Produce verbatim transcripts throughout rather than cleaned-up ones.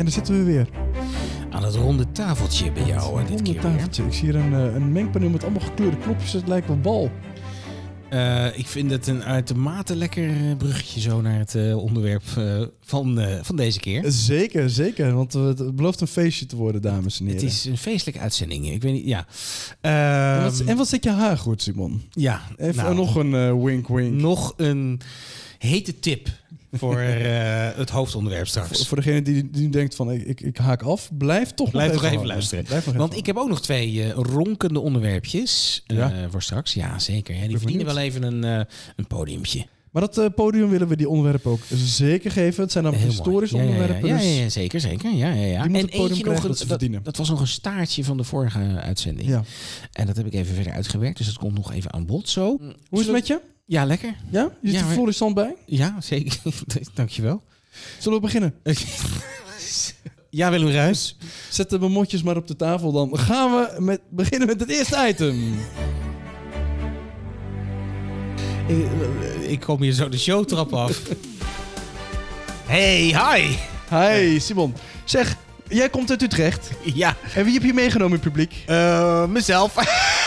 En daar zitten we weer. Aan het ronde tafeltje bij jou uh, dit ronde keer tafeltje. Ik zie hier een, uh, een mengpaneel met allemaal gekleurde knopjes. Het lijkt wel bal. Uh, ik vind het een uitermate lekker bruggetje zo naar het uh, onderwerp uh, van, uh, van deze keer. Zeker, zeker. Want uh, het belooft een feestje te worden, dames en heren. Het is een feestelijke uitzending. Ik weet niet, ja. Uh, en, wat, um, en wat zit je haar goed, Simon? Ja. Even nou, nog een uh, wink wink. Nog een hete tip voor uh, het hoofdonderwerp straks. Voor, voor degene die, die denkt van ik, ik, ik haak af, blijf toch blijf nog even, even, even luisteren. Blijf nog Want even ik heb ook nog twee uh, ronkende onderwerpjes uh, ja? voor straks. Ja, zeker. Hè. Die verdienen wel even een, uh, een podiumpje. Maar dat uh, podium willen we die onderwerpen ook zeker geven. Het zijn dan historische ja, ja, ja, onderwerpen. Ja, dus ja, ja, zeker, zeker. Ja, ja, ja. En eentje nog een, dat, dat, dat was nog een staartje van de vorige uitzending. Ja. En dat heb ik even verder uitgewerkt. Dus dat komt nog even aan bod zo. Hoe is het met je? Ja, lekker. Ja? Je zit ja, er maar... florissant bij? Ja, zeker. Dankjewel. Zullen we beginnen? Ja, Willem Ruijs. Zet de bemotjes maar op de tafel dan. Gaan we met, beginnen met het eerste item. Ik, ik kom hier zo de showtrap af. Hey, hi. Hi, Simon. Zeg, jij komt uit Utrecht. Ja. En wie heb je meegenomen in het publiek? Uh, mezelf.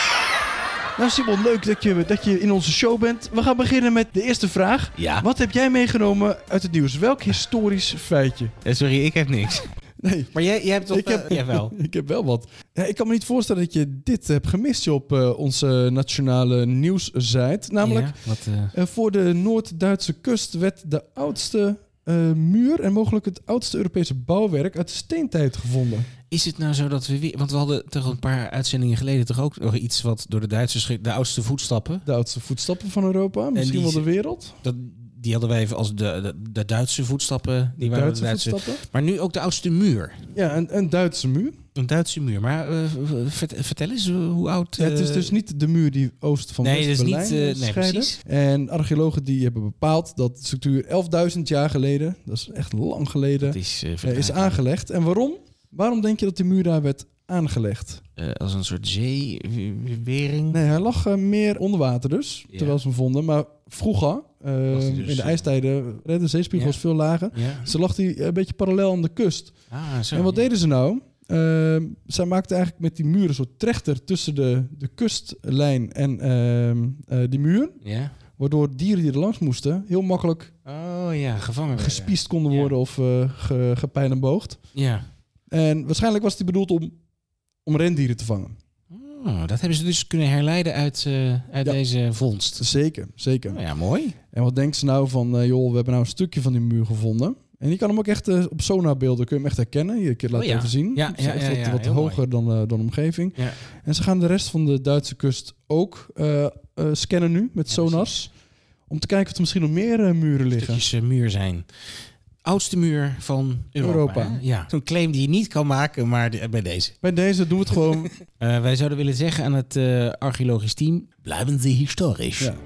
Nou Simon, leuk dat je, dat je in onze show bent. We gaan beginnen met de eerste vraag. Ja. Wat heb jij meegenomen uit het nieuws? Welk historisch feitje? Sorry, ik heb niks. Nee. Maar jij, jij hebt toch... Ik heb, uh, wel. ik heb wel wat. Ja, ik kan me niet voorstellen dat je dit hebt gemist op uh, onze nationale nieuwssite. Namelijk, ja, wat, uh... Uh, voor de Noord-Duitse kust werd de oudste uh, muur en mogelijk het oudste Europese bouwwerk uit de steentijd gevonden. Is het nou zo dat we weer... Want we hadden toch een paar uitzendingen geleden toch ook nog iets wat door de Duitsers... De oudste voetstappen. De oudste voetstappen van Europa, misschien wel de wereld. Dat, die hadden wij even als de, de, de Duitse voetstappen. Die de waren Duitse, de Duitse voetstappen. Maar nu ook de oudste muur. Ja, een, een Duitse muur. Een Duitse muur. Maar uh, vertel eens hoe oud... Uh... Ja, het is dus niet de muur die oost van nee, West-Berlijn niet, uh, nee, scheiden. Precies. En archeologen die hebben bepaald dat de structuur elfduizend jaar geleden, dat is echt lang geleden, dat is, uh, is aangelegd. En waarom? Waarom denk je dat die muur daar werd aangelegd? Uh, als een soort zeewering? Nee, hij lag uh, meer onder water dus, ja. terwijl ze hem vonden. Maar vroeger, uh, dus, in de ijstijden, de zeespiegel was ja. veel lager. Ja. Dus lag hij een beetje parallel aan de kust. Ah, zo, en wat ja. deden ze nou? Uh, zij maakten eigenlijk met die muur een soort trechter tussen de, de kustlijn en uh, uh, die muur. Ja. Waardoor dieren die er langs moesten heel makkelijk oh, ja, gevangen gespiest konden worden ja. of uh, ge, gepijlenboogd. Ja. En waarschijnlijk was die bedoeld om, om rendieren te vangen. Oh, dat hebben ze dus kunnen herleiden uit, uh, uit ja. deze vondst. Zeker, zeker. Oh, ja, mooi. En wat denken ze nou van, uh, joh, we hebben nou een stukje van die muur gevonden. En je kan hem ook echt uh, op sonarbeelden, kun je hem echt herkennen. Je kunt laten oh, ja. even zien. Ja, ja, ja, ja, ja, wat, wat hoger dan, uh, dan omgeving. Ja. En ze gaan de rest van de Duitse kust ook uh, uh, scannen nu met ja, sonars. Precies. Om te kijken of er misschien nog meer uh, muren liggen. Stukjes uh, muur zijn. Oudste muur van Europa. Europa. Ja. Zo'n claim die je niet kan maken, maar de, bij deze. Bij deze doen we het gewoon. uh, wij zouden willen zeggen aan het uh, archeologisch team, blijven ze historisch. Ja.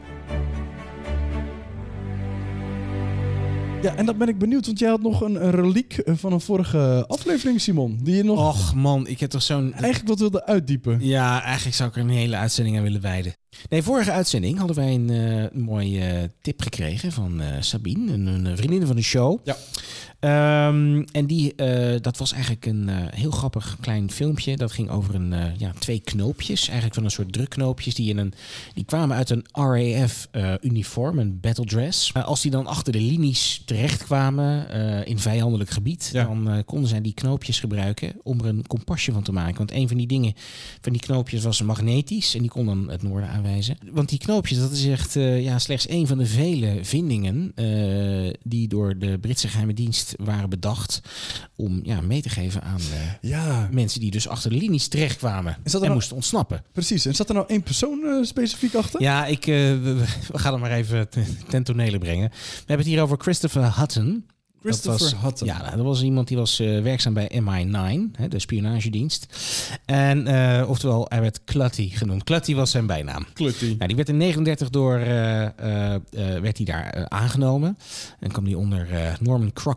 Ja, en dat ben ik benieuwd, want jij had nog een, een reliek van een vorige aflevering, Simon. Die je nog... Och man, ik heb toch zo'n... Eigenlijk wat wilde uitdiepen. Ja, eigenlijk zou ik er een hele uitzending aan willen wijden. Nee, vorige uitzending hadden wij een, uh, een mooie uh, tip gekregen van uh, Sabine, een, een vriendin van de show. Ja. Um, en die, uh, dat was eigenlijk een uh, heel grappig klein filmpje. Dat ging over een, uh, ja, twee knoopjes, eigenlijk van een soort drukknoopjes. Die, in een, die kwamen uit een R A F-uniform, uh, een battle dress. Uh, als die dan achter de linies terechtkwamen uh, in vijandelijk gebied, ja. dan uh, konden zij die knoopjes gebruiken om er een kompasje van te maken. Want een van die dingen, van die knoopjes was magnetisch en die kon dan het noorden aanwijzen. Want die knoopjes, dat is echt uh, ja, slechts een van de vele vindingen uh, die door de Britse geheime dienst waren bedacht om ja, mee te geven aan uh, ja. mensen die dus achter de linies terechtkwamen en nou, moesten ontsnappen. Precies. En zat er nou één persoon uh, specifiek achter? Ja, ik, uh, we, we gaan hem maar even ten tonele brengen. We hebben het hier over Christopher Hutton. Christopher dat was, Hutton. Ja, dat was iemand die was uh, werkzaam bij M I negen, hè, de spionagedienst. En uh, oftewel, hij werd Clutty genoemd. Clutty was zijn bijnaam. Clutty. Nou, die werd in negenendertig door uh, uh, uh, werd hij daar uh, aangenomen. En kwam hij onder uh, Norman Crockett,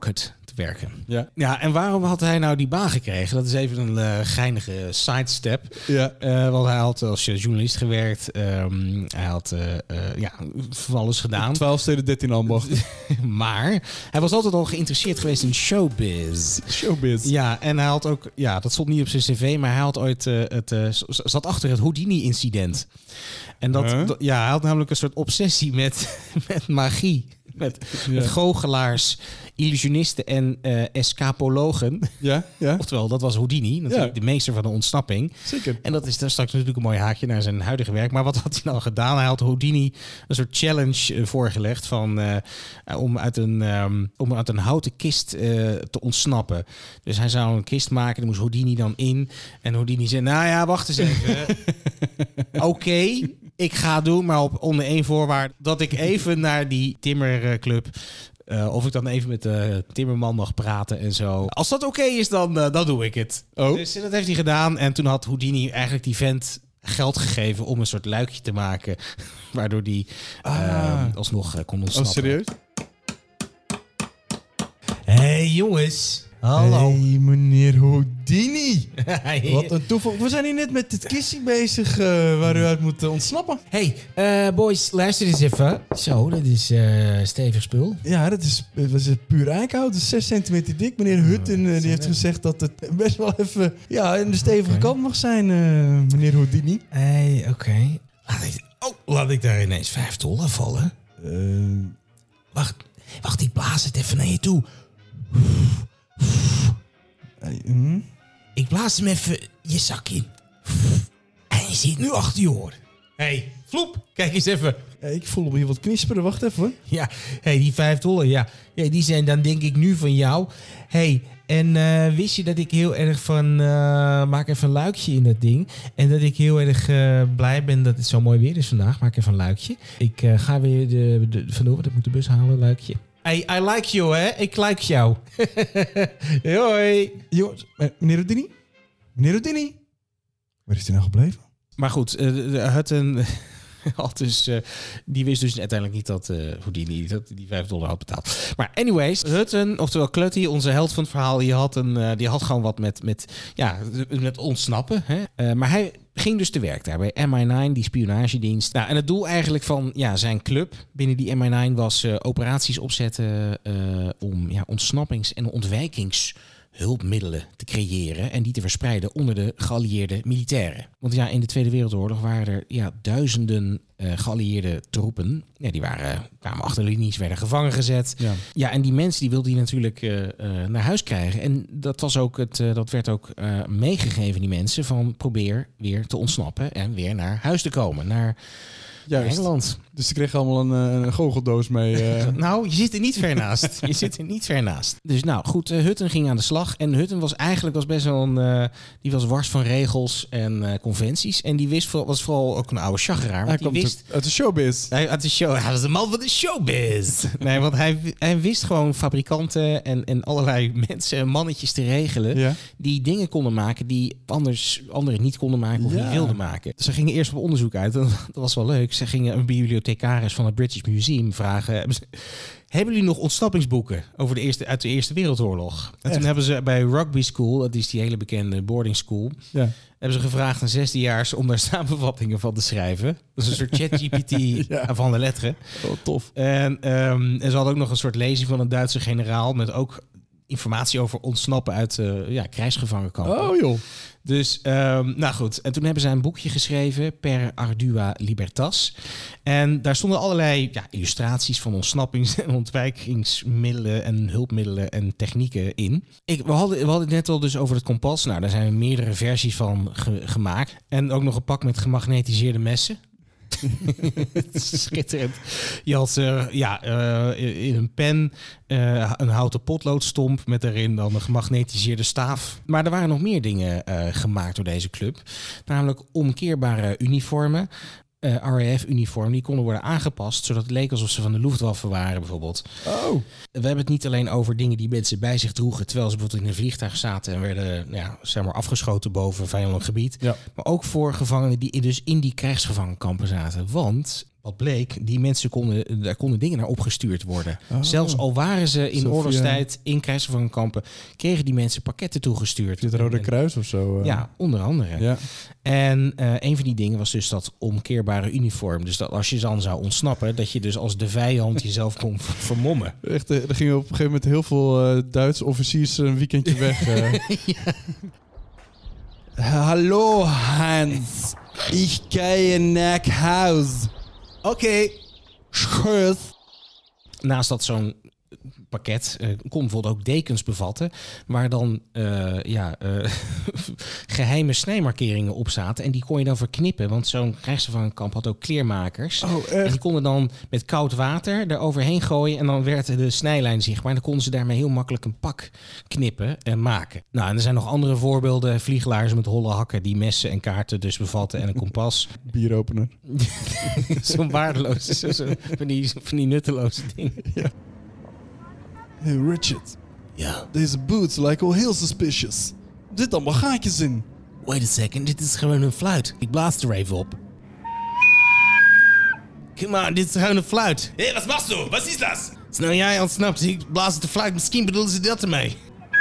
te werken. Ja. Ja, en waarom had hij nou die baan gekregen? Dat is even een uh, geinige sidestep. Ja. Uh, want hij had als journalist gewerkt. Um, hij had uh, uh, ja, van alles gedaan. twaalf steden, dertien ambachten. Maar hij was altijd al geïnteresseerd geweest in showbiz. Showbiz. Ja, en hij had ook... Ja, dat stond niet op zijn cv, maar hij had ooit uh, het... Uh, zat achter het Houdini-incident. En dat, huh? dat... Ja, hij had namelijk een soort obsessie met, met magie. Met, ja. met goochelaars, illusionisten en uh, escapologen. Ja, ja. Oftewel, dat was Houdini, natuurlijk ja. de meester van de ontsnapping. Zeker. En dat is dan straks natuurlijk een mooi haakje naar zijn huidige werk. Maar wat had hij nou gedaan? Hij had Houdini een soort challenge uh, voorgelegd van, uh, om, uit een, um, om uit een houten kist uh, te ontsnappen. Dus hij zou een kist maken, daar moest Houdini dan in. En Houdini zei, nou ja, wacht eens even. Oké. Okay. Ik ga doen, maar op onder één voorwaarde dat ik even naar die timmerclub... Uh, of ik dan even met de timmerman mag praten en zo. Als dat oké okay is, dan, uh, dan doe ik het. Oh. Dus dat heeft hij gedaan. En toen had Houdini eigenlijk die vent geld gegeven om een soort luikje te maken. Waardoor die ah. uh, alsnog uh, kon ontsnappen. Oh, serieus? Hé hey, jongens... Hallo. Hey, meneer Houdini. Wat een toeval. We zijn hier net met dit kistje bezig uh, waar u uit moet uh, ontsnappen. Hey, uh, boys, luister eens even. Zo, dat is uh, stevig spul. Ja, dat is, dat is puur eikenhout. Dat is zes centimeter dik. Meneer Hutten uh, die heeft gezegd dat het best wel even ja, in de stevige okay. kant mag zijn, uh, meneer Houdini. Hey, oké. Okay. Oh, laat ik daar ineens vijf dollar vallen. Uh, wacht, wacht, ik blaas het even naar je toe. Mm. Ik blaas hem even je zak in. En je zit nu achter je oren. Hé, hey, vloep, kijk eens even. Ja, ik voel me hier wat knisperen, wacht even hoor. Ja, hey, die vijf dollar, ja. ja. Die zijn dan denk ik nu van jou. Hey, en uh, wist je dat ik heel erg van... Uh, maak even een luikje in dat ding. En dat ik heel erg uh, blij ben dat het zo mooi weer is vandaag. Maak even een luikje. Ik uh, ga weer de, de, vandoor, want ik moet de bus halen, luikje. Hey, I like you, hè? Ik like jou. Hoi. Jongens, meneer Houdini? Meneer Houdini? Waar is hij nou gebleven? Maar goed, uh, Hutton had dus, uh, die wist dus uiteindelijk niet dat uh, Houdini dat die vijf dollar had betaald. Maar anyways, Hutton, oftewel Clutty, onze held van het verhaal, die had, een, uh, die had gewoon wat met, met, ja, met ontsnappen. Hè? Uh, maar hij ging dus te werk daar bij M I nine, die spionagedienst. Nou, en het doel eigenlijk van ja, zijn club binnen die M I nine was uh, operaties opzetten uh, om ja, ontsnappings- en ontwijkingshulpmiddelen te creëren en die te verspreiden onder de geallieerde militairen. Want ja, in de Tweede Wereldoorlog waren er ja, duizenden uh, geallieerde troepen. Ja, die waren, kwamen achter de linies, werden gevangen gezet. Ja. ja, en die mensen die wilden die natuurlijk uh, uh, naar huis krijgen. En dat, was ook het, uh, dat werd ook uh, meegegeven, die mensen, van probeer weer te ontsnappen en weer naar huis te komen. Naar Juist. Engeland. Dus ze kregen allemaal een, een goocheldoos mee. Uh. Nou, je zit er niet ver naast. Je zit er niet ver naast. Dus nou, goed, uh, Hutton ging aan de slag. En Hutton was eigenlijk was best wel een... Uh, die was wars van regels en uh, conventies. En die wist, was vooral ook een oude chageraar. Hij die komt wist, uit de showbiz. Hij, uit de show, hij was de man van de showbiz. Nee, want hij, hij wist gewoon fabrikanten en, en allerlei mensen en mannetjes te regelen. Ja. Die dingen konden maken die anders anderen niet konden maken of ja. niet wilden maken. Dus ze gingen eerst op onderzoek uit. En dat was wel leuk. Ze gingen een bibliothecaris van het British Museum vragen: hebben jullie nog ontsnappingsboeken over de eerste, uit de Eerste Wereldoorlog? En Echt? Toen hebben ze bij Rugby School, dat is die hele bekende boarding school, ja. hebben ze gevraagd aan zestienjaars om daar samenvattingen van te schrijven. Dat is een soort ChatGPT ja. van de letteren. Oh, tof. En, um, en ze hadden ook nog een soort lezing van een Duitse generaal met ook informatie over ontsnappen uit uh, ja, krijgsgevangenkampen. Oh joh. Dus, um, nou goed. En toen hebben ze een boekje geschreven, Per Ardua Libertas. En daar stonden allerlei ja, illustraties van ontsnappings- en ontwijkingsmiddelen en hulpmiddelen en technieken in. Ik, we, hadden, we hadden het net al dus over het kompas. Nou, daar zijn er meerdere versies van ge- gemaakt. En ook nog een pak met gemagnetiseerde messen. Schitterend. Je had uh, ja, uh, in een pen uh, een houten potloodstomp met daarin dan een gemagnetiseerde staaf. Maar er waren nog meer dingen uh, gemaakt door deze club. Namelijk omkeerbare uniformen. Uh, R A F-uniform, die konden worden aangepast, zodat het leek alsof ze van de Luftwaffe waren bijvoorbeeld. Oh. We hebben het niet alleen over dingen die mensen bij zich droegen terwijl ze bijvoorbeeld in een vliegtuig zaten en werden nou ja, zeg maar afgeschoten boven vijandelijk gebied. Ja. Maar ook voor gevangenen die dus in die krijgsgevangenkampen zaten. Want wat bleek, die mensen konden, daar konden dingen naar opgestuurd worden. Oh. Zelfs al waren ze in Sophia. oorlogstijd in krijgsgevangenkampen, kregen die mensen pakketten toegestuurd. Het Rode Kruis of zo? Uh. Ja, onder andere. Ja. En uh, een van die dingen was dus dat omkeerbare uniform. Dus dat als je dan zou ontsnappen, dat je dus als de vijand jezelf kon vermommen. Echt, er gingen op een gegeven moment heel veel uh, Duitse officiers een weekendje weg. Uh. Ja. Hallo Hans, ik ga je naar huis. Oké. Okay. Schuss. Naast dat zo'n pakket uh, kon bijvoorbeeld ook dekens bevatten, waar dan uh, ja, uh, geheime snijmarkeringen op zaten. En die kon je dan verknippen, want zo'n krijgsgevangenkamp had ook kleermakers. Oh, en die konden dan met koud water er overheen gooien en dan werd de snijlijn zichtbaar. En dan konden ze daarmee heel makkelijk een pak knippen en maken. Nou, en er zijn nog andere voorbeelden. Vliegelaars met holle hakken die messen en kaarten dus bevatten en een kompas. Bieropener. Zo'n waardeloze, zo, zo, van, die, van die nutteloze dingen. Ja. Hey Richard. Ja? Deze boots lijken wel heel suspicious. Er zitten allemaal gaatjes in. Wait a second, dit is gewoon een fluit. Ik blaas er even op. Kom on, dit is gewoon een fluit. Hé, hey, wat machst du? Wat is dat? Nou, jij ontsnapt. Ik blaas de fluit. Misschien bedoelen ze dat ermee.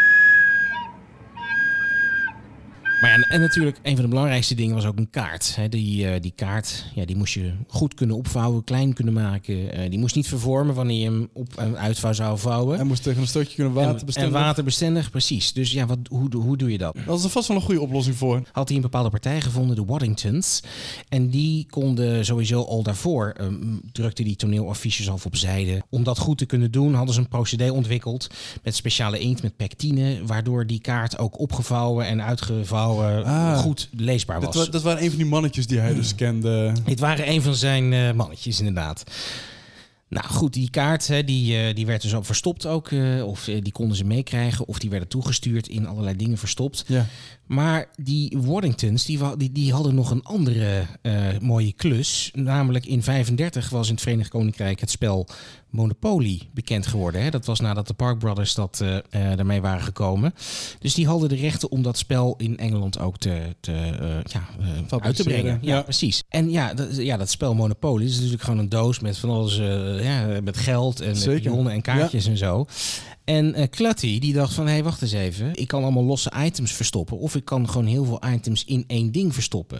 Maar ja, en natuurlijk, een van de belangrijkste dingen was ook een kaart. He, die, uh, die kaart, ja, die moest je goed kunnen opvouwen, klein kunnen maken. Uh, die moest niet vervormen wanneer je hem op en uitvouw zou vouwen. Hij moest tegen een stootje kunnen waterbestendig. En, en waterbestendig, precies. Dus ja, wat, hoe, hoe doe je dat? Daar was er vast wel een goede oplossing voor. Had hij een bepaalde partij gevonden, de Waddingtons. En die konden sowieso al daarvoor, um, drukte die toneelaffiches al op zijde. Om dat goed te kunnen doen, hadden ze een procedé ontwikkeld met speciale inkt, met pectine, waardoor die kaart ook opgevouwen en uitgevouwen Ah, goed leesbaar was. Dat, dat waren een van die mannetjes die hij dus kende. Dit waren een van zijn uh, mannetjes, inderdaad. Nou goed, die kaart hè, die, uh, die werd dus ook verstopt ook. Uh, of uh, die konden ze meekrijgen. Of die werden toegestuurd in allerlei dingen verstopt. Ja. Maar die Waddingtons, die, die, die hadden nog een andere uh, mooie klus. Namelijk in vijfendertig was in het Verenigd Koninkrijk het spel Monopoly bekend geworden. Hè? Dat was nadat de Park Brothers dat, uh, uh, daarmee waren gekomen. Dus die hadden de rechten om dat spel in Engeland ook te, te, uh, ja, uh, uit te brengen. Ja, ja, precies. En ja dat, ja, dat spel Monopoly is natuurlijk gewoon een doos met van alles, uh, ja, met geld en Zeker. met pionnen en kaartjes ja. en zo. En uh, Clutty die dacht van, hé, hey, wacht eens even. Ik kan allemaal losse items verstoppen. Of ik kan gewoon heel veel items in één ding verstoppen.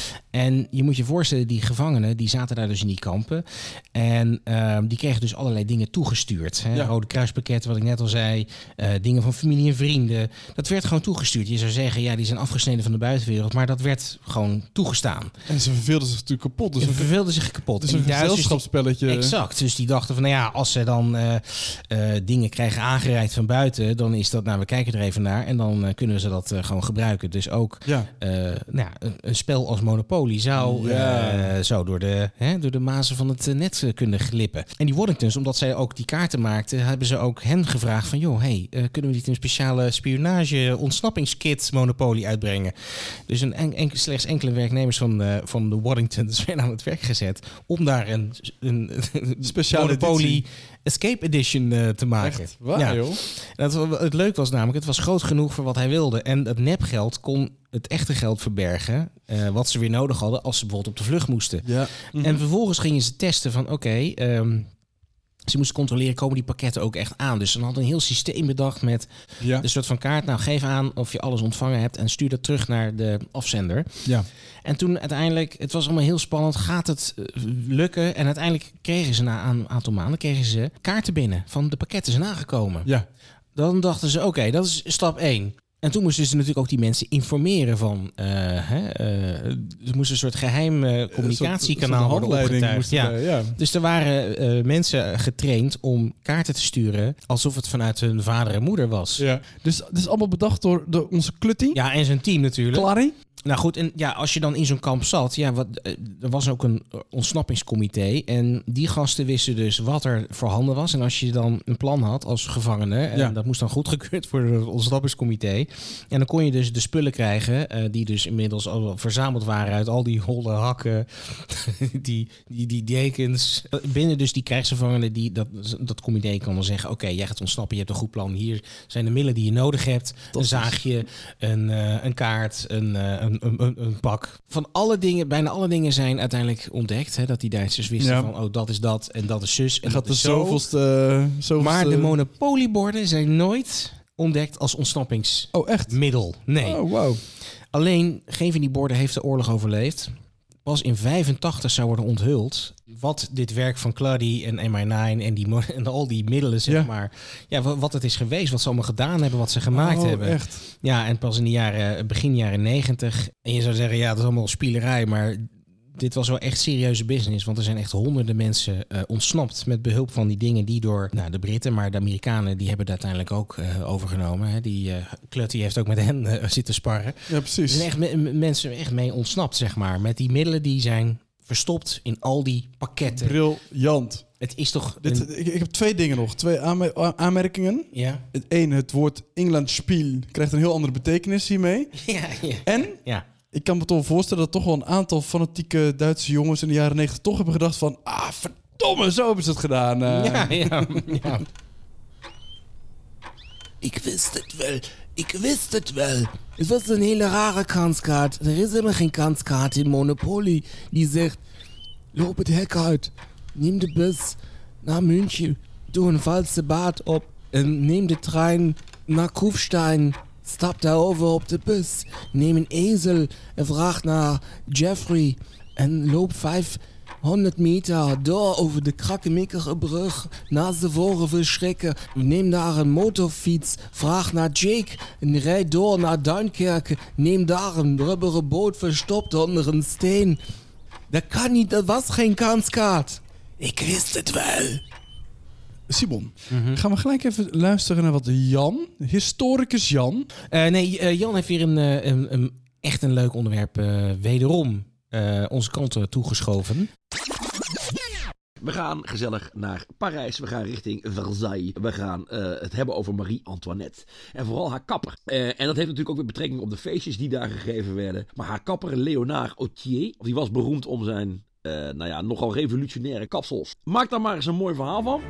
En je moet je voorstellen, die gevangenen, die zaten daar dus in die kampen. En uh, die kregen dus allerlei dingen toegestuurd. Hè? Ja. Rode Kruispakketten, wat ik net al zei. Uh, dingen van familie en vrienden. Dat werd gewoon toegestuurd. Je zou zeggen, ja, die zijn afgesneden van de buitenwereld. Maar dat werd gewoon toegestaan. En ze verveelden zich natuurlijk kapot. Dus ze verveelden zich kapot. Dus een gezelschapsspelletje. Exact. Dus die dachten van, nou ja, als ze dan uh, uh, dingen krijgen aangereikt van buiten, dan is dat, nou, we kijken er even naar. En dan uh, kunnen ze dat uh, gewoon gebruiken. Dus ook ja. uh, nou ja, een, een spel als Monopoly zou ja. uh, zo door de, hè, door de mazen van het net uh, kunnen glippen. En die Waddingtons, omdat zij ook die kaarten maakten, hebben ze ook hen gevraagd van, joh, hey, uh, kunnen we niet een speciale spionage ontsnappingskit Monopoly uitbrengen? Dus een en, en, slechts enkele werknemers van, uh, van de Waddingtons werden aan het werk gezet om daar een, een, een speciale Monopoly editie. Escape Edition uh, te maken. Echt? Waar, ja. joh? Dat, het leuk was namelijk, het was groot genoeg voor wat hij wilde. En het nepgeld kon het echte geld verbergen, uh, wat ze weer nodig hadden als ze bijvoorbeeld op de vlucht moesten. Ja. Mm-hmm. En vervolgens gingen ze testen van, oké, okay, um, ze moesten controleren, komen die pakketten ook echt aan? Dus ze hadden een heel systeem bedacht met ja. een soort van kaart. Nou, geef aan of je alles ontvangen hebt en stuur dat terug naar de afzender. Ja. En toen uiteindelijk, het was allemaal heel spannend, gaat het uh, lukken? En uiteindelijk kregen ze na een aantal maanden kregen ze kaarten binnen van de pakketten zijn aangekomen. Ja. Dan dachten ze, oké, okay, dat is stap één. En toen moesten ze natuurlijk ook die mensen informeren van, uh, hè, uh, ze moesten een soort geheim uh, communicatiekanaal worden opgetuigd. Ja. Bij, ja. Dus er waren uh, mensen getraind om kaarten te sturen alsof het vanuit hun vader en moeder was. Ja. Dus het is allemaal bedacht door, door onze Clutty. Ja, en zijn team natuurlijk. Clary. Nou goed, en ja, als je dan in zo'n kamp zat, ja, wat, er was ook een ontsnappingscomité. En die gasten wisten dus wat er voorhanden was. En als je dan een plan had als gevangene, en ja. dat moest dan goedgekeurd worden door het ontsnappingscomité. En dan kon je dus de spullen krijgen, uh, die dus inmiddels al verzameld waren uit al die holle hakken, die, die, die dekens. Binnen dus die krijgsgevangenen, die, dat, dat comité kan dan zeggen, oké, okay, jij gaat ontsnappen, je hebt een goed plan. Hier zijn de middelen die je nodig hebt. Dat een zaagje, een, uh, een kaart, een, uh, een een, een, een pak. Van alle dingen, bijna alle dingen zijn uiteindelijk ontdekt. Hè, dat die Duitsers wisten ja. van, oh, dat is dat en dat is zus. En gaat dat is er zoveelste, uh, zoveelste... Maar de monopolieborden zijn nooit ontdekt als ontsnappingsmiddel. Oh, echt? Nee. Oh, wow. Alleen, geen van die borden heeft de oorlog overleefd. Pas in vijfentachtig zou worden onthuld wat dit werk van Clady en M I nine en, die, en al die middelen, zeg ja. maar, ja, wat het is geweest, wat ze allemaal gedaan hebben, wat ze gemaakt oh, hebben. Echt? Ja, en pas in de jaren, begin jaren negentig. En je zou zeggen, ja, dat is allemaal spielerij, maar dit was wel echt serieuze business, want er zijn echt honderden mensen uh, ontsnapt met behulp van die dingen die door nou, de Britten, maar de Amerikanen, die hebben het uiteindelijk ook uh, overgenomen. Hè. Die uh, Clutty heeft ook met hen uh, zitten sparren. Ja, precies. Er zijn echt me- mensen echt mee ontsnapt, zeg maar, met die middelen die zijn verstopt in al die pakketten. Briljant. Het is toch... Dit, een... ik, ik heb twee dingen nog, twee aanmer- aanmerkingen. Ja. Het ene, het woord Englandspiel krijgt een heel andere betekenis hiermee. Ja, ja. En... Ja. Ik kan me toch voorstellen dat toch wel een aantal fanatieke Duitse jongens in de jaren negentig toch hebben gedacht van... Ah, verdomme, zo hebben ze het gedaan. Uh. Ja, ja, ja. Ik wist het wel. Ik wist het wel. Het was een hele rare kanskaart. Er is helemaal geen kanskaart in Monopoly die zegt... Loop het hek uit. Neem de bus naar München. Doe een valse baard op. En neem de trein naar Kufstein. Stap daarover op de bus. Neem een ezel en vraag naar Jeffrey. En loop vijfhonderd meter door over de krakkemikkige brug naar Zevoren verschrikken. Neem daar een motorfiets. Vraag naar Jake. En rijd door naar Duinkerke. Neem daar een rubberen boot verstopt onder een steen. Dat kan niet, dat was geen kanskaart. Ik wist het wel. Simon, mm-hmm. gaan we gelijk even luisteren naar wat Jan, historicus Jan... Uh, nee, uh, Jan heeft weer een, uh, een, een echt een leuk onderwerp uh, wederom uh, onze kant toegeschoven. We gaan gezellig naar Parijs. We gaan richting Versailles. We gaan uh, het hebben over Marie-Antoinette. En vooral haar kapper. Uh, en dat heeft natuurlijk ook weer betrekking op de feestjes die daar gegeven werden. Maar haar kapper, Léonard Autier, die was beroemd om zijn uh, nou ja, nogal revolutionaire kapsels. Maak daar maar eens een mooi verhaal van.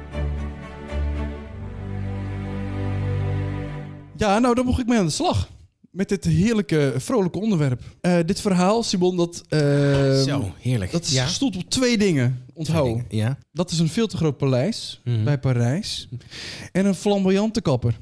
Ja, nou, daar mocht ik mee aan de slag. Met dit heerlijke, vrolijke onderwerp. Uh, dit verhaal, Simon, dat... Uh, Zo, heerlijk. Dat ja? stoelt op twee dingen. Onthoud. Ja. Dat is een veel te groot paleis mm-hmm. bij Parijs. En een flamboyante kapper.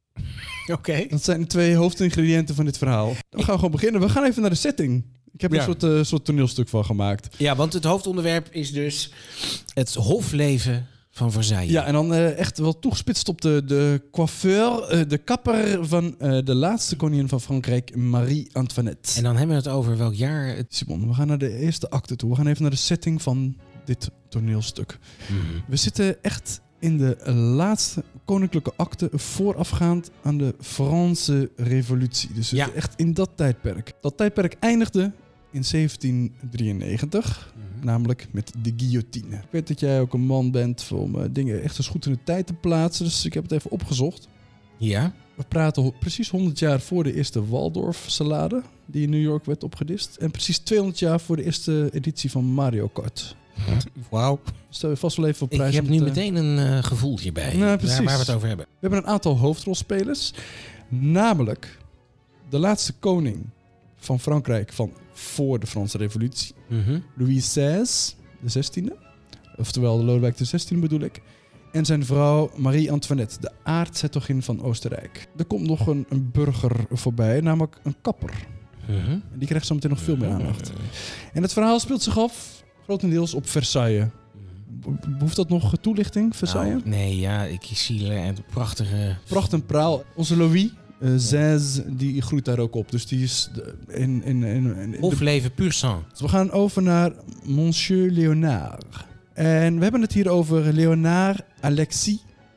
Oké. Okay. Dat zijn de twee hoofdingrediënten van dit verhaal. We gaan gewoon beginnen. We gaan even naar de setting. Ik heb er ja. een soort, uh, soort toneelstuk van gemaakt. Ja, want het hoofdonderwerp is dus het hofleven van Versailles. Ja, en dan uh, echt wel toegespitst op de, de coiffeur, uh, de kapper van uh, de laatste koningin van Frankrijk, Marie-Antoinette. En dan hebben we het over welk jaar... Het... Simon, we gaan naar de eerste acte toe. We gaan even naar de setting van dit toneelstuk. Mm-hmm. We zitten echt in de laatste koninklijke acte voorafgaand aan de Franse Revolutie. Dus ja. echt in dat tijdperk. Dat tijdperk eindigde in zeventien drieënnegentig, mm-hmm. namelijk met de guillotine. Ik weet dat jij ook een man bent om uh, dingen echt eens goed in de tijd te plaatsen, dus ik heb het even opgezocht. Ja? We praten ho- precies honderd jaar voor de eerste Waldorf-salade, die in New York werd opgedist. En precies tweehonderd jaar voor de eerste editie van Mario Kart. Wauw. Stel je vast wel even op prijs. Ik heb nu te... meteen een uh, gevoel hierbij. Nou, precies. Waar, waar we het over hebben. We hebben een aantal hoofdrolspelers. Namelijk de laatste koning van Frankrijk van voor de Franse Revolutie. Mm-hmm. Louis zesde, de zestiende. Oftewel de Lodewijk de zestiende bedoel ik. En zijn vrouw Marie-Antoinette, de aartshertogin van Oostenrijk. Er komt nog een, een burger voorbij, namelijk een kapper. Mm-hmm. En die krijgt zo meteen nog veel meer aandacht. En het verhaal speelt zich af grotendeels op Versailles. Behoeft dat nog toelichting, Versailles? Nou, nee, ja, ik zie een prachtige... Pracht en praal. Onze Louis uh, zesde, die groeit daar ook op. Dus die is de, in, in, in, in hofleven pur sang. Dus we gaan over naar Monsieur Léonard. En we hebben het hier over Léonard Alexis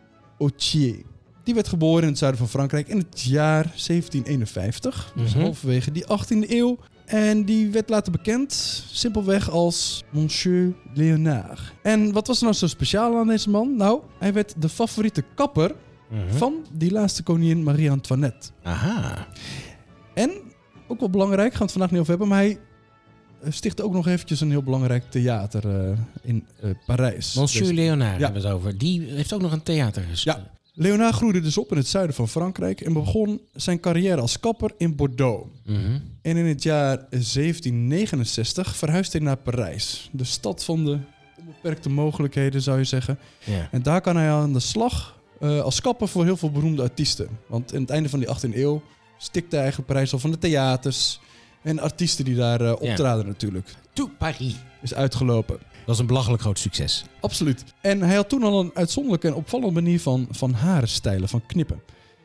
Autier. Die werd geboren in het zuiden van Frankrijk in het jaar zeventien eenenvijftig. Dus mm-hmm. halverwege die achttiende eeuw. En die werd later bekend, simpelweg als Monsieur Léonard. En wat was er nou zo speciaal aan deze man? Nou, hij werd de favoriete kapper mm-hmm. van die laatste koningin Marie-Antoinette. Aha. En, ook wel belangrijk, gaan we het vandaag niet over hebben, maar hij stichtte ook nog eventjes een heel belangrijk theater uh, in uh, Parijs. Monsieur dus, Léonard ja. hebben we het over. Die heeft ook nog een theater gespeeld. Ja. Léonard groeide dus op in het zuiden van Frankrijk en begon zijn carrière als kapper in Bordeaux. Mm-hmm. En in het jaar zeventien negenenzestig verhuisde hij naar Parijs. De stad van de onbeperkte mogelijkheden, zou je zeggen. Ja. En daar kan hij aan de slag uh, als kapper voor heel veel beroemde artiesten. Want in het einde van die achttiende eeuw stikte eigenlijk Parijs al van de theaters en artiesten die daar uh, optraden ja. natuurlijk. To Paris. Is uitgelopen. Dat was een belachelijk groot succes. Absoluut. En hij had toen al een uitzonderlijke en opvallende manier van, van harenstijlen, van knippen.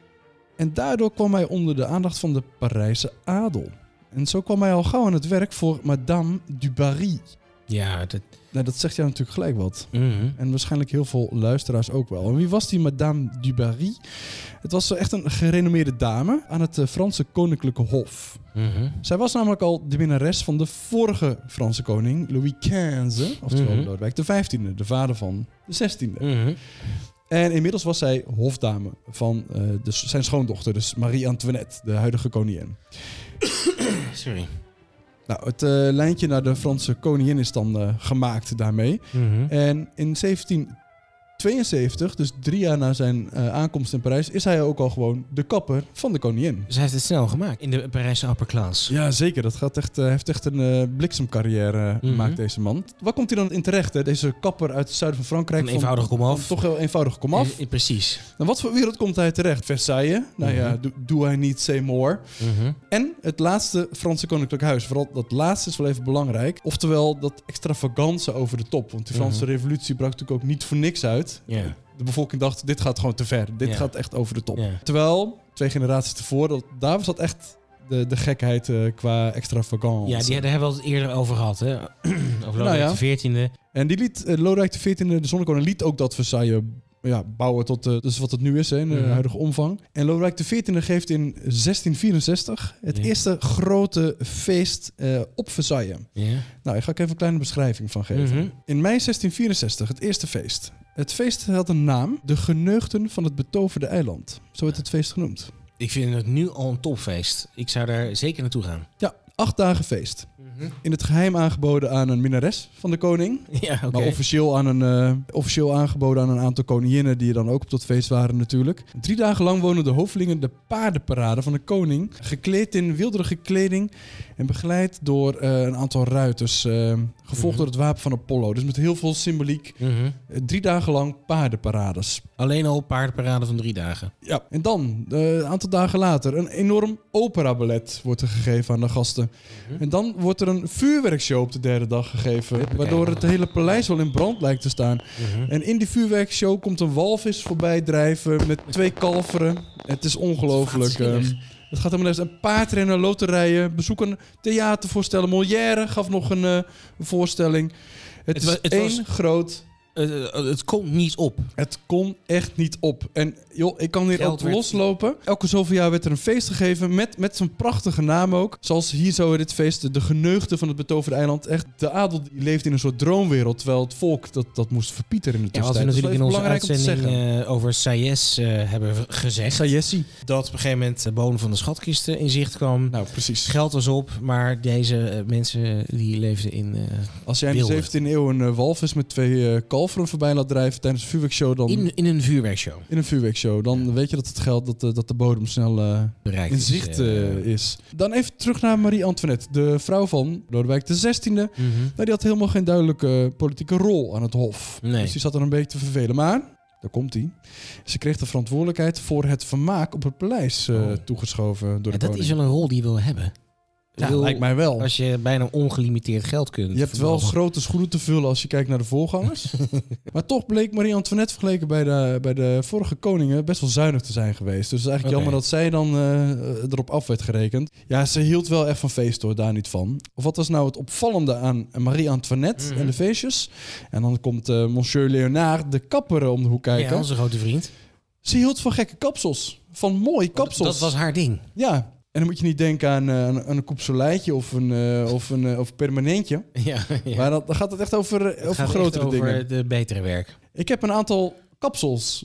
En daardoor kwam hij onder de aandacht van de Parijse adel. En zo kwam hij al gauw aan het werk voor Madame du Barry. Ja, dat... Nou, dat zegt jou natuurlijk gelijk wat. Mm-hmm. En waarschijnlijk heel veel luisteraars ook wel. En wie was die Madame du Barry? Het was echt een gerenommeerde dame aan het uh, Franse koninklijke hof. Mm-hmm. Zij was namelijk al de minnares van de vorige Franse koning, Louis quinze, oftewel mm-hmm. Lodewijk de vijftiende, de vader van de zestiende. Mm-hmm. En inmiddels was zij hofdame van uh, de, zijn schoondochter, dus Marie-Antoinette, de huidige koningin. Sorry. Nou, het uh, lijntje naar de Franse koningin is dan uh, gemaakt daarmee. Mm-hmm. En in zeventien tweeënzeventig, dus drie jaar na zijn uh, aankomst in Parijs, is hij ook al gewoon de kapper van de koningin. Dus hij heeft het snel gemaakt in de Parijse upper class. Ja, zeker. Dat gaat echt, uh, heeft echt een uh, bliksemcarrière uh, mm-hmm. gemaakt, deze man. Waar komt hij dan in terecht, hè? Deze kapper uit het zuiden van Frankrijk? Een eenvoudige komaf. Toch wel eenvoudig komaf. E- precies. Nou, wat voor wereld komt hij terecht? Versailles. Nou mm-hmm. ja, do, do I need say more? Mm-hmm. En het laatste Franse koninklijk huis. Vooral dat laatste is wel even belangrijk. Oftewel dat extravagantse over de top. Want die Franse mm-hmm. revolutie brak natuurlijk ook niet voor niks uit. Ja. Yeah. De bevolking dacht, dit gaat gewoon te ver. Dit ja. gaat echt over de top. Ja. Terwijl, twee generaties tevoren, dat, daar was dat echt de, de gekheid uh, qua extravagance. Ja, die, daar hebben we het eerder over gehad, hè? Over Lodewijk Nou ja. de veertiende. En die liet, uh, Lodewijk de veertiende, de zonnekoning, liet ook dat Versailles ja, bouwen tot uh, dus wat het nu is, hè, in de mm-hmm. huidige omvang. En Lodewijk de veertiende geeft in zestien vierenzestig het ja. eerste grote feest uh, op Versailles. Ja. Nou, daar ga ik even een kleine beschrijving van geven. Mm-hmm. In mei zestien vierenzestig, het eerste feest. Het feest had een naam, de Geneugten van het Betoverde Eiland. Zo werd het feest genoemd. Ik vind het nu al een topfeest. Ik zou daar zeker naartoe gaan. Ja, acht dagen feest. Mm-hmm. In het geheim aangeboden aan een minnares van de koning. Ja, oké. Maar officieel, aan een, uh, officieel aangeboden aan een aantal koninginnen die er dan ook op dat feest waren natuurlijk. Drie dagen lang wonen de hovelingen de paardenparade van de koning. Gekleed in wilderige kleding en begeleid door uh, een aantal ruiters. Uh, gevolgd mm-hmm. door het wapen van Apollo. Dus met heel veel symboliek. Mm-hmm. Uh, drie dagen lang paardenparades. Alleen al paardenparade van drie dagen. Ja, en dan, uh, een aantal dagen later, een enorm operaballet wordt er gegeven aan de gasten. Mm-hmm. En dan wordt er een vuurwerkshow op de derde dag gegeven. Hippakee. Waardoor het hele paleis wel in brand lijkt te staan. Mm-hmm. En in die vuurwerkshow komt een walvis voorbij drijven met twee kalveren. Het is ongelooflijk. Um, het gaat helemaal eens. Een paardrennen, loterijen, bezoeken, theatervoorstellen. Molière gaf nog een, uh, een voorstelling. Het, het is het één was... groot... Uh, uh, het komt niet op. Het kon echt niet op. En joh, ik kan hier Geld ook werd... loslopen. Elke zoveel jaar werd er een feest gegeven met, met zo'n prachtige naam ook. Zoals hier zo in dit feest, de Geneugten van het Betoverde Eiland. Echt, de adel die leefde in een soort droomwereld. Terwijl het volk dat, dat moest verpieteren in de ja, tussentijd. wat we natuurlijk in onze uitzending uh, over Sayes uh, hebben gezegd. Sayessi. Dat op een gegeven moment de bodem van de schatkist in zicht kwam. Nou, precies. Geld was op, maar deze uh, mensen die leefden in uh, Als jij in de zeventiende eeuw een uh, walvis met twee uh, kalveren voorbij laat drijven tijdens een vuurwerkshow, dan... In, in een vuurwerkshow. In een vuurwerkshow. Dan ja. weet je dat het geld, dat de, dat de bodem snel uh, in zicht uh, is. Dan even terug naar Marie-Antoinette, de vrouw van Lodewijk de zestiende. Mm-hmm. Nou, die had helemaal geen duidelijke politieke rol aan het hof. Nee. Dus die zat er een beetje te vervelen. Maar, daar komt hij. Ze kreeg de verantwoordelijkheid voor het vermaak op het paleis uh, oh. toegeschoven door ja, de dat koning. is wel een rol die je wil hebben. Ja, wil, lijkt mij wel. Als je bijna ongelimiteerd geld kunt. Je hebt wel grote schoenen te vullen als je kijkt naar de voorgangers. Maar toch bleek Marie-Antoinette vergeleken bij de, bij de vorige koningen best wel zuinig te zijn geweest. Dus het is eigenlijk okay. jammer dat zij dan uh, erop af werd gerekend. Ja, ze hield wel echt van feest hoor, daar niet van. Of wat was nou het opvallende aan Marie-Antoinette mm-hmm. en de feestjes? En dan komt uh, Monsieur Léonard de kapper om de hoek kijken. Ja, onze grote vriend. Ze hield van gekke kapsels. Van mooie kapsels. Dat was haar ding. Ja. En dan moet je niet denken aan, uh, aan, aan een koepseleitje of een, uh, of een uh, of permanentje. Ja, ja. Maar dan, dan gaat het echt over, het over gaat grotere echt over dingen. de betere werk. Ik heb een aantal kapsels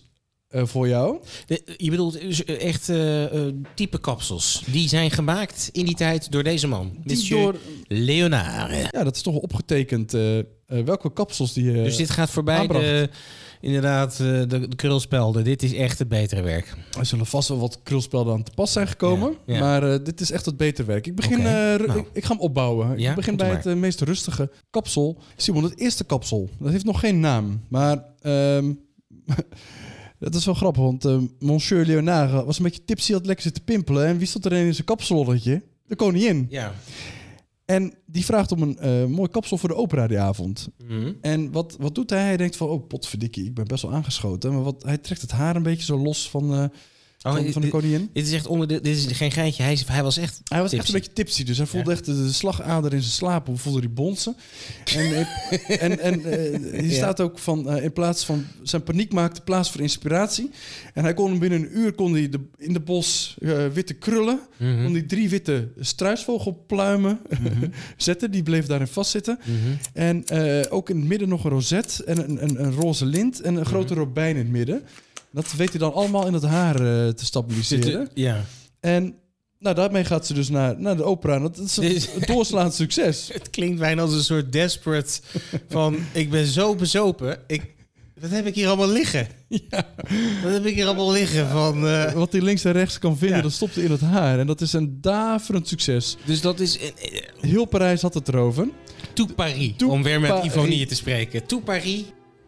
uh, voor jou. De, je bedoelt dus echt uh, uh, type kapsels. Die zijn gemaakt in die tijd door deze man. Monsieur door... Léonard. Ja, dat is toch wel opgetekend uh, uh, welke kapsels die... Uh, dus dit gaat voorbij aanbracht. de... Inderdaad, de, de krulspelden. Dit is echt het betere werk. Er zullen vast wel wat krulspelden aan te pas zijn gekomen. Ja, ja. Maar uh, dit is echt het betere werk. Ik begin, okay. uh, nou. ik, ik ga hem opbouwen. Ja, ik begin bij maar. het uh, meest rustige kapsel. Simon, het eerste kapsel. Dat heeft nog geen naam. Maar um, dat is wel grappig. Want uh, Monsieur Léonard was een beetje tipsy. Had lekker zitten pimpelen. En wie stond er in zijn kapselolletje? De koningin. Ja. En die vraagt om een uh, mooi kapsel voor de opera die avond. Mm-hmm. En wat, wat doet hij? Hij denkt van, oh, potverdikkie, ik ben best wel aangeschoten. Maar wat, hij trekt het haar een beetje zo los van, uh, oh, van, van de koningin. Dit is echt onder de, dit is geen geintje. Hij, is, hij was echt Hij was tipsy. echt een beetje tipsy. Dus hij voelde ja. echt de, de slagader in zijn slaap. Hoe voelde hij bonzen. En, en, en uh, hier ja. staat ook van, uh, in plaats van zijn paniek maakte plaats voor inspiratie. En hij kon binnen een uur kon hij de, in de bos uh, witte krullen. Mm-hmm. Kon hij drie witte struisvogelpluimen mm-hmm. zetten. Die bleef daarin vastzitten. Mm-hmm. En uh, ook in het midden nog een rozet en een, een, een roze lint en een mm-hmm. grote robijn in het midden. Dat weet hij dan allemaal in het haar uh, te stabiliseren. Ja. En nou, daarmee gaat ze dus naar, naar de opera. Dat is een, een doorslaand succes. Het klinkt bijna als een soort desperate van... ik ben zo bezopen. Ik, wat heb ik hier allemaal liggen? Ja. Wat heb ik hier allemaal liggen van... Uh... Wat hij links en rechts kan vinden, ja. dat stopt hij in het haar. En dat is een daverend succes. Dus dat is... Heel Parijs had het erover. Tout Paris, Tout om weer met Paris. Ivonie te spreken. Tout Paris.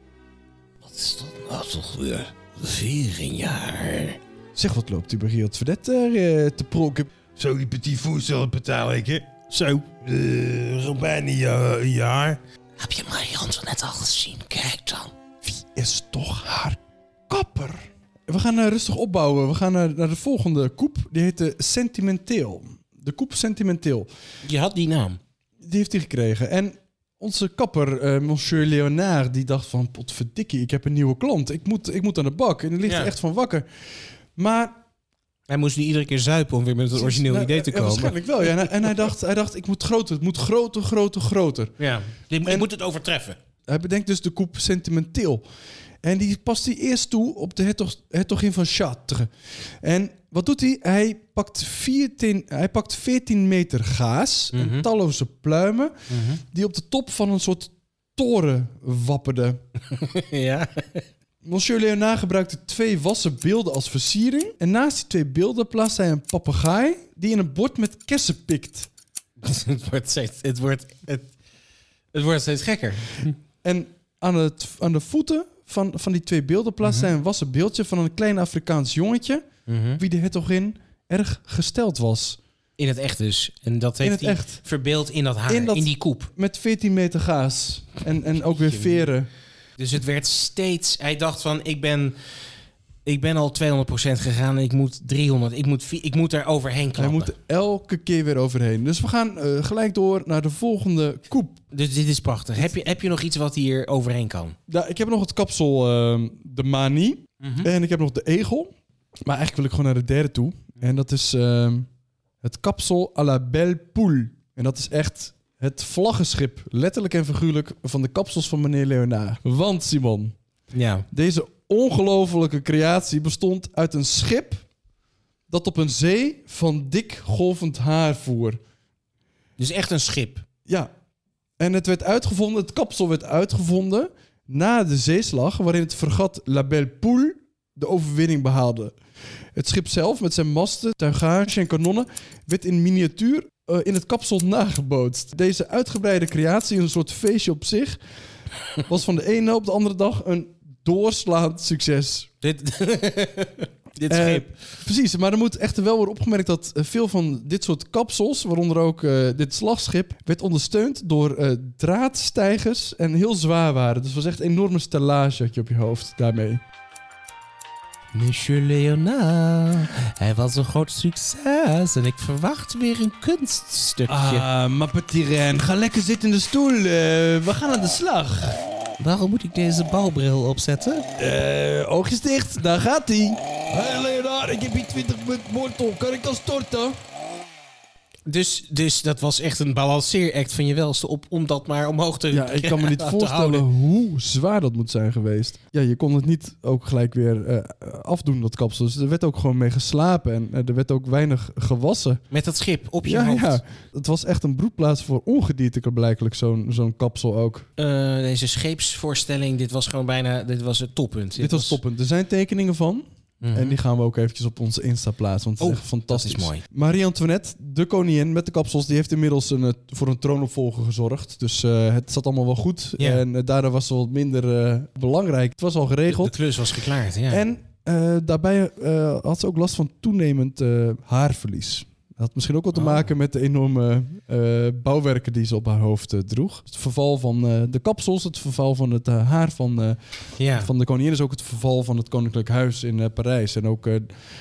Wat is dat nou toch weer? veertien jaar. Zeg, wat loopt die Brigitte Verdette uh, te prokken? Zo, die petit voedsel betaal ik, hè? Zo, uh, zo bijna uh, een jaar. Heb je Marie-Antoinette al gezien? Kijk dan. Wie is toch haar kapper? We gaan uh, rustig opbouwen. We gaan uh, naar de volgende koep. Die heet de Sentimenteel. De koep Sentimenteel. Je had die naam. Die heeft hij gekregen. En onze kapper, uh, Monsieur Léonard, die dacht van... potverdikkie, ik heb een nieuwe klant. Ik moet, ik moet aan de bak. En die ligt ja. er echt van wakker. Maar... Hij moest niet iedere keer zuipen om weer met het origineel nou, idee te komen. Ja, waarschijnlijk wel. Ja. En, hij, en hij, dacht, hij dacht, ik moet groter. Het moet groter, groter, groter. Ja. Je, je moet het overtreffen. Hij bedenkt dus de koep Sentimenteel. En die past hij eerst toe op de hertog, hertogin van Chartres. En wat doet hij? Hij pakt veertien, hij pakt veertien meter gaas mm-hmm. en talloze pluimen... Mm-hmm. die op de top van een soort toren wapperden. Ja. Monsieur Léonard gebruikte twee wassen beelden als versiering. En naast die twee beelden plaatst hij een papegaai... die in een bord met kersen pikt. het, wordt steeds, het, wordt, het, het wordt steeds gekker. En aan, het, aan de voeten van, van die twee beelden plaatst hij mm-hmm. een wassen beeldje... van een klein Afrikaans jongetje... Mm-hmm. wie de hertogin erg gesteld was. In het echt dus. En dat heeft hij echt verbeeld in dat haar, in, dat, in die koep. Met veertien meter gaas. En, en ook weer veren. Dus het werd steeds... Hij dacht van, ik ben, ik ben al tweehonderd procent gegaan en ik moet driehonderd. Ik moet, ik moet er overheen klappen. Hij moet elke keer weer overheen. Dus we gaan uh, gelijk door naar de volgende koep. Dus dit is prachtig. Heb je, heb je nog iets wat hier overheen kan? Ja, ik heb nog het kapsel uh, de Manie. Mm-hmm. En ik heb nog de Egel. Maar eigenlijk wil ik gewoon naar de derde toe. En dat is uh, het kapsel à la Belle Poule. En dat is echt het vlaggenschip, letterlijk en figuurlijk, van de kapsels van meneer Léonard. Want, Simon, ja. deze ongelofelijke creatie bestond uit een schip dat op een zee van dik golvend haar voer. Dus echt een schip? Ja. En het werd uitgevonden, het kapsel werd uitgevonden na de zeeslag, waarin het fregat La Belle Poule de overwinning behaalde. Het schip zelf, met zijn masten, tuigage en kanonnen, werd in miniatuur uh, in het kapsel nagebootst. Deze uitgebreide creatie, een soort feestje op zich, was van de ene op de andere dag een doorslaand succes. Dit, dit schip. Uh, precies, maar er moet echter wel worden opgemerkt dat uh, veel van dit soort kapsels, waaronder ook uh, dit slagschip, werd ondersteund door uh, draadstijgers en heel zwaar waren. Dus het was echt een enorme stellage had je op je hoofd daarmee. Monsieur Léonard, hij was een groot succes en ik verwacht weer een kunststukje. Ah, ma petit reine, ga lekker zitten in de stoel. Uh, we gaan aan de slag. Waarom moet ik deze balbril opzetten? Uh, oogjes dicht, daar gaat hij. Hé hey Léonard, ik heb hier twintig munt wortel. Kan ik dan storten? Dus, dus dat was echt een balanceeract van je welste op om dat maar omhoog te Ja, ik kan me niet te voorstellen houden. hoe zwaar dat moet zijn geweest. Ja, je kon het niet ook gelijk weer uh, afdoen, dat kapsel. Dus er werd ook gewoon mee geslapen en uh, er werd ook weinig gewassen. Met dat schip op je Ja, hoofd. ja, het was echt een broedplaats voor ongedierte, blijkelijk zo'n zo'n kapsel ook. Uh, deze scheepsvoorstelling, dit was gewoon bijna, dit was het toppunt. Dit was toppunt. Er zijn tekeningen van. Mm-hmm. En die gaan we ook eventjes op onze Insta plaatsen, want het is Oh, echt fantastisch. dat is mooi. Marie-Antoinette, de koningin met de kapsels, die heeft inmiddels een, uh, voor een troonopvolger gezorgd. Dus uh, het zat allemaal wel goed. Ja. En uh, daardoor was het wat minder uh, belangrijk. Het was al geregeld. De, de klus was geklaard, ja. En uh, daarbij uh, had ze ook last van toenemend uh, haarverlies. Dat had misschien ook wat te Oh. maken met de enorme uh, bouwwerken die ze op haar hoofd uh, droeg. Het verval van uh, de kapsels, het verval van het uh, haar van, uh, ja. van de koningin is ook het verval van het koninklijk huis in uh, Parijs. En ook uh,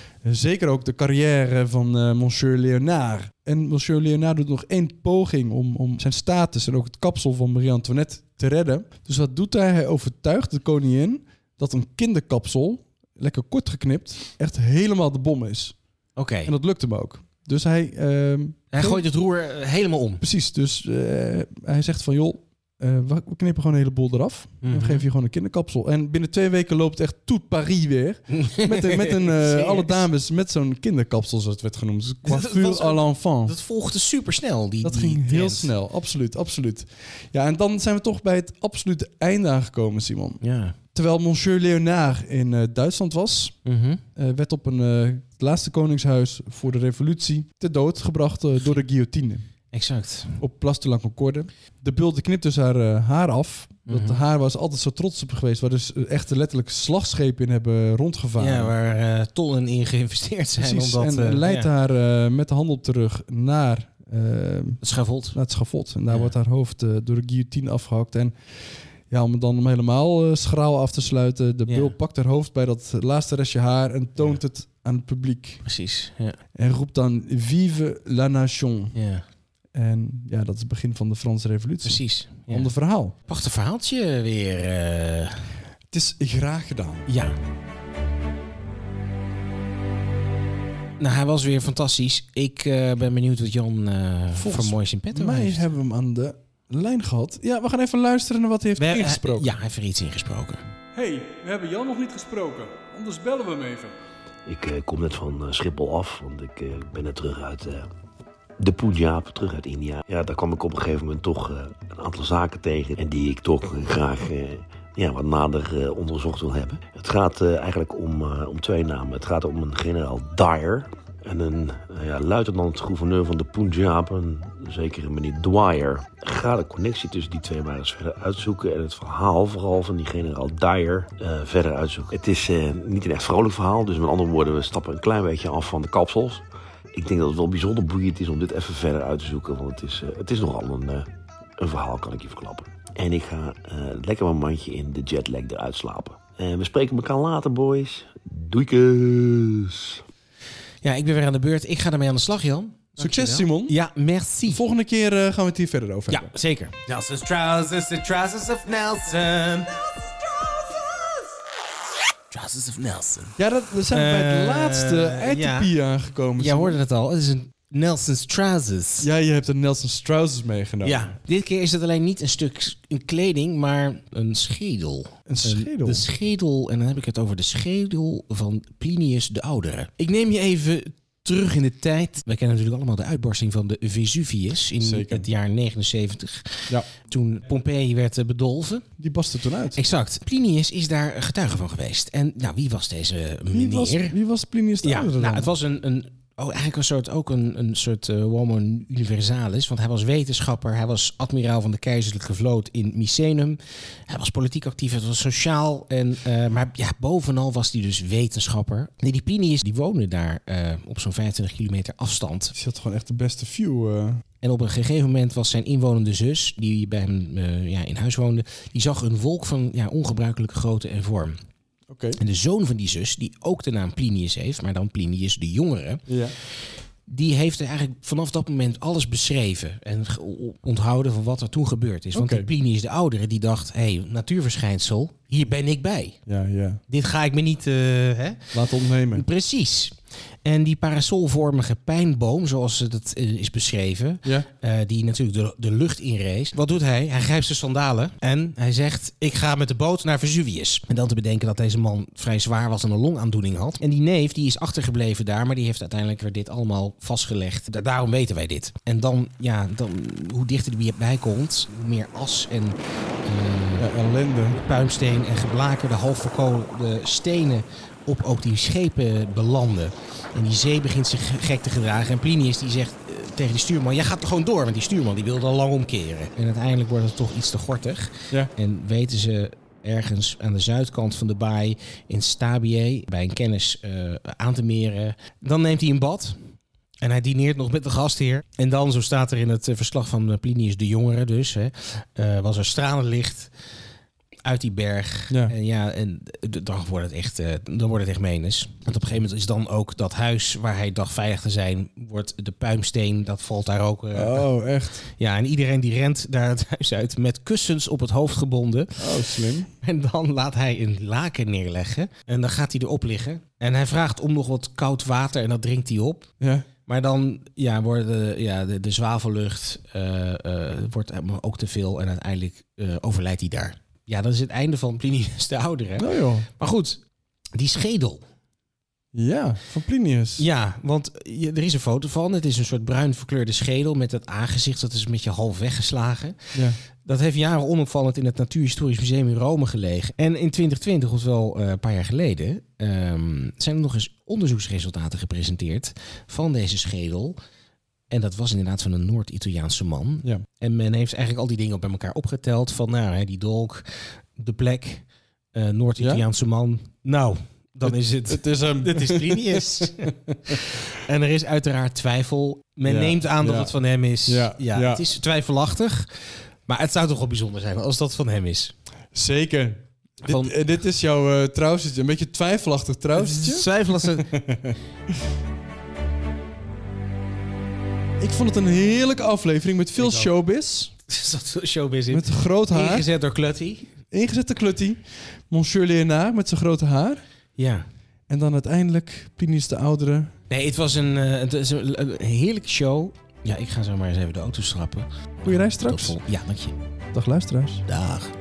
zeker ook de carrière van uh, Monsieur Léonard. En Monsieur Léonard doet nog één poging om, om zijn status en ook het kapsel van Marie-Antoinette te redden. Dus wat doet hij? Hij overtuigt de koningin dat een kinderkapsel, lekker kort geknipt, echt helemaal de bom is. Oké. Okay. En dat lukt hem ook. Dus hij... Uh, hij gooit het roer helemaal om. Precies. Dus uh, hij zegt van, joh, uh, we knippen gewoon een heleboel eraf. Mm-hmm. En we geven je gewoon een kinderkapsel. En binnen twee weken loopt echt tout Paris weer. met een, met een uh, alle dames met zo'n kinderkapsel, zoals het werd genoemd. Dus coiffure à l'enfant. Dat volgde super snel. Die, dat die ging trend. heel snel. Absoluut, absoluut. Ja, en dan zijn we toch bij het absolute einde aangekomen, Simon. Ja. Terwijl Monsieur Léonard in uh, Duitsland was, mm-hmm. uh, werd op een, uh, het laatste koningshuis voor de revolutie ter dood gebracht uh, door de guillotine. Exact. Op Place de la Concorde. De beul knipt dus haar uh, haar af. Mm-hmm. Dat haar was altijd zo trots op geweest, waar dus echt letterlijk slagschepen in hebben rondgevaren. Ja, waar uh, tonnen in geïnvesteerd zijn. Precies, omdat, en uh, leidt ja. haar uh, met de hand op de rug naar, uh, het schavot. naar het schavot. En daar ja. wordt haar hoofd uh, door de guillotine afgehakt. En ja, om het dan om helemaal uh, schraal af te sluiten. De ja. beul pakt haar hoofd bij dat laatste restje haar en toont ja. het aan het publiek. Precies, ja. En roept dan Vive la Nation. Ja. En ja, dat is het begin van de Franse revolutie. Precies. Ja. Ander verhaal. Prachtig verhaaltje weer. Uh... Het is graag gedaan. Ja. Nou, hij was weer fantastisch. Ik uh, ben benieuwd wat Jan uh, voor moois in petto mij heeft. hebben we hem aan de lijn gehad. Ja, we gaan even luisteren naar wat hij heeft we, ingesproken. Uh, ja, hij heeft er iets ingesproken. Hey, we hebben Jan nog niet gesproken. Anders bellen we hem even. Ik uh, kom net van uh, Schiphol af, want ik uh, ben net terug uit uh, de Punjab, terug uit India. Ja, daar kwam ik op een gegeven moment toch uh, een aantal zaken tegen en die ik toch uh, graag uh, ja, wat nader uh, onderzocht wil hebben. Het gaat uh, eigenlijk om, uh, om twee namen. Het gaat om een generaal Dyer en een uh, ja, luitenant-gouverneur van de Punjab, een zekere meneer Dwyer. Ga de connectie tussen die twee maar eens verder uitzoeken en het verhaal vooral van die generaal Dyer uh, verder uitzoeken. Het is uh, niet een echt vrolijk verhaal, dus met andere woorden, we stappen een klein beetje af van de kapsels. Ik denk dat het wel bijzonder boeiend is om dit even verder uit te zoeken, want het is, uh, het is nogal een, uh, een verhaal, kan ik je verklappen. En ik ga uh, lekker mijn mandje in de jetlag eruit slapen. En we spreken elkaar later, boys. Doeikus! Ja, ik ben weer aan de beurt. Ik ga ermee aan de slag, Jan. Succes, Simon. Ja, merci. De volgende keer uh, gaan we het hier verder over ja, hebben. Ja, zeker. Nelson's trousers, the trousers of Nelson. Trousers of Nelson. Ja, dat, we zijn uh, bij het laatste I T P ja. aangekomen. Jij hoorde het al. Het is een Nelson's trousers. Ja, je hebt een Nelson's trousers meegenomen. Ja, dit keer is het alleen niet een stuk een kleding, maar een schedel. Een schedel? De schedel, en dan heb ik het over de schedel van Plinius de Oudere. Ik neem je even terug in de tijd. Wij kennen natuurlijk allemaal de uitbarsting van de Vesuvius in Zeker. het jaar negenenzeventig. Ja. Toen Pompeii werd bedolven. Die barstte toen uit. Exact. Plinius is daar getuige van geweest. En nou, wie was deze meneer? Wie was, wie was Plinius de ja, Oudere? Nou, het was een... een Oh, eigenlijk een soort, ook een, een soort uh, homo universalis. Want hij was wetenschapper. Hij was admiraal van de keizerlijke vloot in Micenum. Hij was politiek actief. Het was sociaal. En, uh, maar ja, bovenal was hij dus wetenschapper. Nee, die Plinius die woonde daar uh, op zo'n vijfentwintig kilometer afstand. Die had gewoon echt de beste view. Uh... En op een gegeven moment was zijn inwonende zus, die bij hem uh, ja, in huis woonde, die zag een wolk van ja, ongebruikelijke grootte en vorm. Okay. En de zoon van die zus, die ook de naam Plinius heeft, maar dan Plinius de Jongere, ja. die heeft eigenlijk vanaf dat moment alles beschreven en onthouden van wat er toen gebeurd is. Want okay. die Plinius de Oudere, die dacht, hé, hey, natuurverschijnsel, hier ben ik bij. Ja, ja. Dit ga ik me niet... Uh, hè? laten ontnemen. Precies. En die parasolvormige pijnboom, zoals het uh, is beschreven, Ja. uh, die natuurlijk de, de lucht inreest. Wat doet hij? Hij grijpt zijn sandalen en hij zegt, ik ga met de boot naar Vesuvius. En dan te bedenken dat deze man vrij zwaar was en een longaandoening had. En die neef die is achtergebleven daar, maar die heeft uiteindelijk weer dit allemaal vastgelegd. Da- daarom weten wij dit. En dan, ja, dan, hoe dichter die bij komt, hoe meer as en uh, Ja, ellende. puimsteen en geblakerde, half verkoolde stenen op ook die schepen belanden. En die zee begint zich gek te gedragen. En Plinius die zegt uh, tegen die stuurman, jij gaat er gewoon door. Want die stuurman die wilde al lang omkeren. En uiteindelijk wordt het toch iets te gortig. Ja. En weten ze ergens aan de zuidkant van de baai in Stabiae bij een kennis uh, aan te meren. Dan neemt hij een bad. En hij dineert nog met de gastheer. En dan, zo staat er in het uh, verslag van Plinius de Jongere dus, hè, uh, was er stralend licht uit die berg. Ja. En ja, en dan wordt het echt, uh, dan wordt het echt menens. Want op een gegeven moment is dan ook dat huis waar hij dacht veilig te zijn, wordt de puimsteen, dat valt daar ook. Uh, Oh, echt? Ja, en iedereen die rent daar het huis uit met kussens op het hoofd gebonden. Oh, slim. En dan laat hij een laken neerleggen. En dan gaat hij erop liggen. En hij vraagt om nog wat koud water en dat drinkt hij op. Ja. Maar dan ja, wordt de, ja, de, de zwavellucht uh, uh, wordt ook te veel en uiteindelijk uh, overlijdt hij daar. Ja, dat is het einde van Plinius de Oudere. Oh joh. Maar goed, die schedel. Ja, van Plinius. Ja, want je, er is een foto van. Het is een soort bruin verkleurde schedel met het aangezicht. Dat is een beetje half weggeslagen. Ja. Dat heeft jaren onopvallend in het Natuurhistorisch Museum in Rome gelegen. En in twintig twintig, oftewel uh, een paar jaar geleden, um, zijn er nog eens onderzoeksresultaten gepresenteerd van deze schedel. En dat was inderdaad van een Noord-Italiaanse man. Ja. En men heeft eigenlijk al die dingen bij elkaar opgeteld. Van nou, hè, die dolk, de plek, uh, Noord-Italiaanse ja? man. Nou, dan is het... Het is hem. Dit is Plinius. En er is uiteraard twijfel. Men Ja, neemt aan dat ja. het van hem is. Ja, Ja, ja. Het is twijfelachtig. Maar het zou toch wel bijzonder zijn als dat van hem is. Zeker. Van- Dit, eh, dit is jouw uh, trouwzitje. Een beetje twijfelachtig trouwzitje. Twijfelachtig. Ik vond het een heerlijke aflevering met veel Ik ook. showbiz. Is dat zo showbiz in? Met groot haar. Ingezet door Klutty. Ingezette kluttie. Monsieur Léonard met zijn grote haar. Ja. En dan uiteindelijk Plinius de Oudere. Nee, het was een, uh, het is een, een heerlijke show. Ja, ik ga zo maar eens even de auto schrappen. Goeie reis Tot straks. vol- Ja, dank je. Dag luisteraars. Dag.